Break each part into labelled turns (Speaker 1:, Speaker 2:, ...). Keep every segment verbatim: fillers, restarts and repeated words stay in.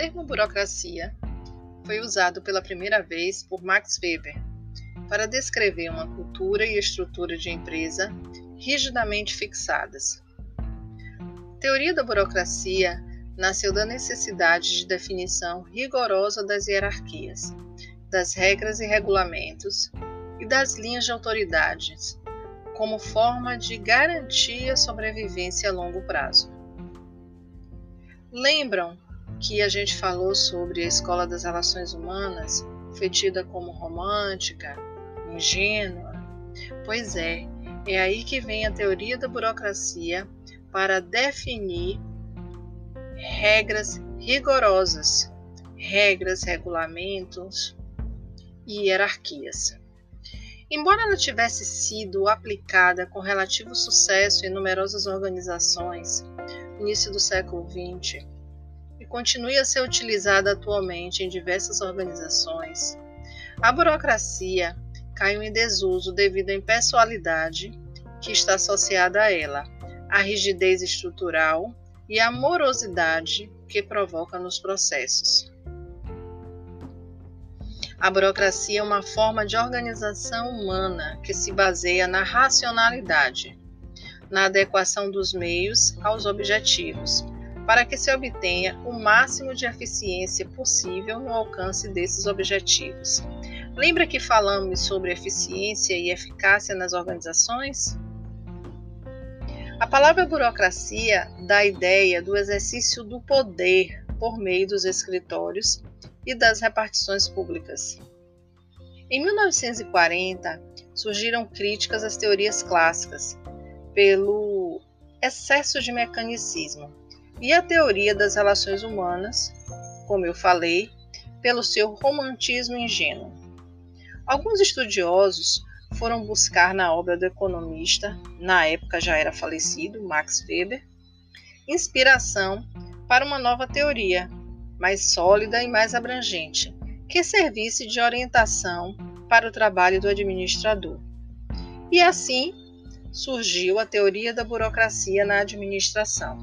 Speaker 1: termo burocracia foi usado pela primeira vez por Max Weber para descrever uma cultura e estrutura de empresa rigidamente fixadas. A teoria da burocracia nasceu da necessidade de definição rigorosa das hierarquias, das regras e regulamentos e das linhas de autoridades, como forma de garantir a sobrevivência a longo prazo. Lembram que a gente falou sobre a escola das relações humanas, foi tida como romântica, ingênua? Pois é, é aí que vem a teoria da burocracia para definir regras rigorosas, regras, regulamentos e hierarquias. Embora ela tivesse sido aplicada com relativo sucesso em numerosas organizações no início do século vinte e continue a ser utilizada atualmente em diversas organizações, a burocracia caiu em desuso devido à impessoalidade que está associada a ela, à rigidez estrutural e à morosidade que provoca nos processos. A burocracia é uma forma de organização humana que se baseia na racionalidade, na adequação dos meios aos objetivos, para que se obtenha o máximo de eficiência possível no alcance desses objetivos. Lembra que falamos sobre eficiência e eficácia nas organizações? A palavra burocracia dá a ideia do exercício do poder por meio dos escritórios e das repartições públicas. Em mil novecentos e quarenta, surgiram críticas às teorias clássicas pelo excesso de mecanicismo e a teoria das relações humanas, como eu falei, pelo seu romantismo ingênuo. Alguns estudiosos foram buscar na obra do economista, na época já era falecido, Max Weber, inspiração para uma nova teoria, mais sólida e mais abrangente, que servisse de orientação para o trabalho do administrador. E assim surgiu a teoria da burocracia na administração.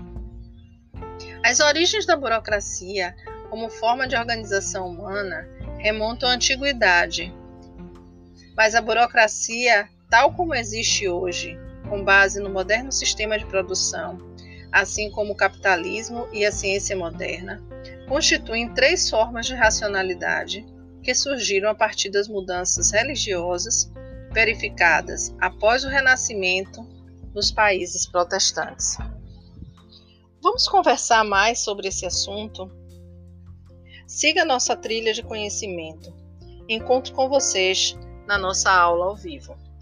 Speaker 1: As origens da burocracia como forma de organização humana remontam à antiguidade, mas a burocracia, tal como existe hoje, com base no moderno sistema de produção, assim como o capitalismo e a ciência moderna, constituem três formas de racionalidade que surgiram a partir das mudanças religiosas verificadas após o Renascimento nos países protestantes. Vamos conversar mais sobre esse assunto? Siga nossa trilha de conhecimento. Encontro com vocês na nossa aula ao vivo.